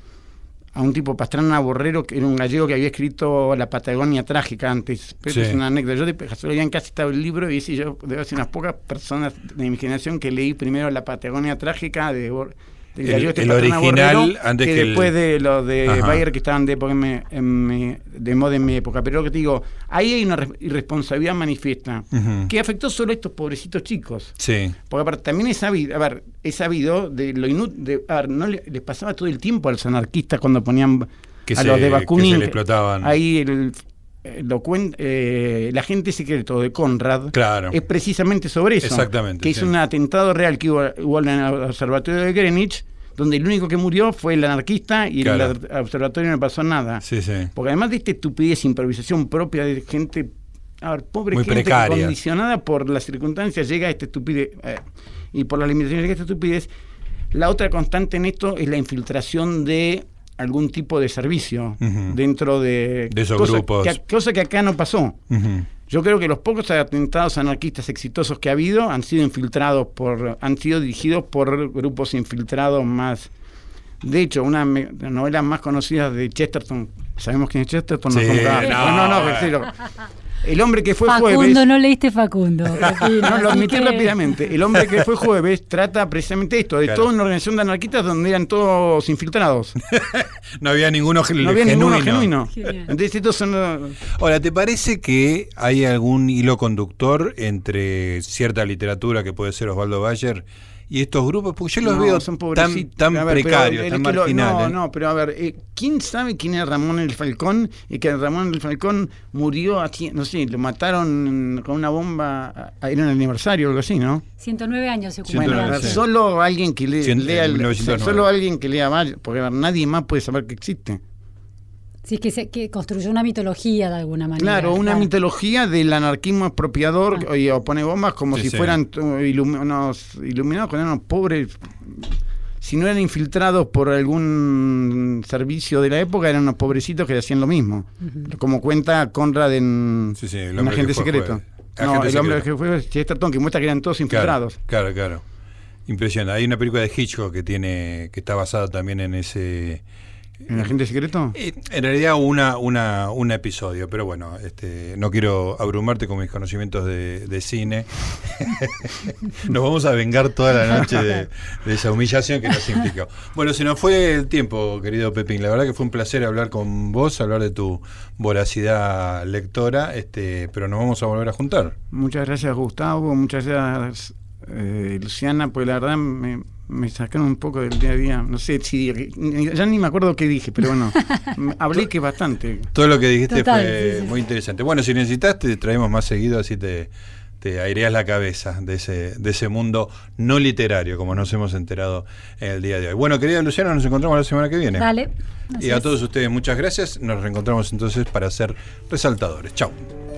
a un tipo, Pastrana Borrero, que era un gallego que había escrito La Patagonia Trágica antes. Pero Sí. es una anécdota. Yo de casualidad en casa estaba el libro y sí, yo debo ser unas pocas personas de mi generación que leí primero La Patagonia Trágica de Bor- del El- gallego este el Pastrana original, Borrero, antes que que el- después de lo de Ajá. Bayer, que estaban de, época en mi- en mi- de moda en mi época. Pero lo que te digo, ahí hay una re- irresponsabilidad manifiesta Ujú. que afectó solo a estos pobrecitos chicos. Sí. Porque aparte, también he sabido, a ver, he sabido de lo inútil, a ver, no le- les pasaba todo el tiempo a los anarquistas cuando ponían Que a se- los de que Bakunin. se le explotaban. Ahí el, eh, lo cuen- eh, el agente secreto de Conrad Claro. es precisamente sobre eso. Exactamente, Que sí. es un atentado real que hubo, hubo en el observatorio de Greenwich, donde el único que murió fue el anarquista y Claro. en el observatorio no pasó nada. Sí, sí. Porque además de esta estupidez, improvisación propia de gente, a ver, pobre Muy gente que precaria. condicionada por las circunstancias llega a esta estupidez, eh, y por las limitaciones llega a esta estupidez. La otra constante en esto es la infiltración de algún tipo de servicio Ujú. dentro de, De esos cosa grupos. Que, cosa que acá no pasó. Ujú. Yo creo que los pocos atentados anarquistas exitosos que ha habido han sido infiltrados por, han sido dirigidos por grupos infiltrados más. De hecho, una de las novelas más conocidas de Chesterton, ¿sabemos quién es Chesterton? Sí, contaba- no. no, no, sí, lo- el hombre que fue Facundo, jueves. no leíste Facundo. Pepino, No, lo así admití que- rápidamente. El hombre que fue jueves trata precisamente esto, de Claro. toda una organización de anarquistas donde eran todos infiltrados. No había ninguno gel- No había genuino. ninguno genuino. Genial. Entonces estos son los- Ahora, ¿te parece que hay algún hilo conductor entre cierta literatura que puede ser Osvaldo Bayer y estos grupos? Porque yo los no, veo son tan, pobrecitos. tan A ver, pero precarios, el tan que lo- marginales. No, no, pero a ver, eh, ¿quién sabe quién era Ramón el Falcón? Y que Ramón el Falcón murió aquí, no sé, lo mataron con una bomba, a- era un aniversario o algo así, ¿no? ciento nueve años se ciento cumple. nueve, Bueno, a ver, sí. solo alguien que le, Cien- lea en el, mil novecientos nueve. solo alguien que lea Bayer, porque a ver, nadie más puede saber que existe. Sí, que, se, que construyó una mitología de alguna manera. Claro, una mitología del anarquismo expropiador Ah. y o pone bombas como Sí, si sí. fueran uh, ilumi- unos iluminados, cuando eran unos pobres. Si no eran infiltrados por algún servicio de la época, eran unos pobrecitos que hacían lo mismo. Ujú. Como cuenta Conrad en, Sí, sí, el en hombre Agente que fue Secreto. jueves. No, Agente el hombre Secreto. que fue Chesterton, que muestra que eran todos infiltrados. Claro, claro, claro. Impresionante. Hay una película de Hitchcock que tiene que está basada también en ese. ¿En Agente Secreto? Eh, En realidad una, una, un episodio, pero bueno, este, no quiero abrumarte con mis conocimientos de, de cine. Nos vamos a vengar toda la noche de, de esa humillación que nos implicó. Bueno, se nos fue el tiempo, querido Pepín. La verdad que fue un placer hablar con vos, hablar de tu voracidad lectora, este, pero nos vamos a volver a juntar. Muchas gracias, Gustavo. Muchas gracias, eh, Luciana, porque la verdad me, me sacaron un poco del día a día. No sé si. Ya ni me acuerdo qué dije, pero bueno, me- hablé que bastante. Todo lo que dijiste Total, fue sí, sí, muy sí. interesante. Bueno, si necesitas, te traemos más seguido, así te, te aireas la cabeza de ese, de ese mundo no literario, como nos hemos enterado en el día de hoy. Bueno, querida Luciana, nos encontramos la semana que viene. Dale. así Y a es. todos ustedes, muchas gracias. Nos reencontramos entonces para ser resaltadores. Chau.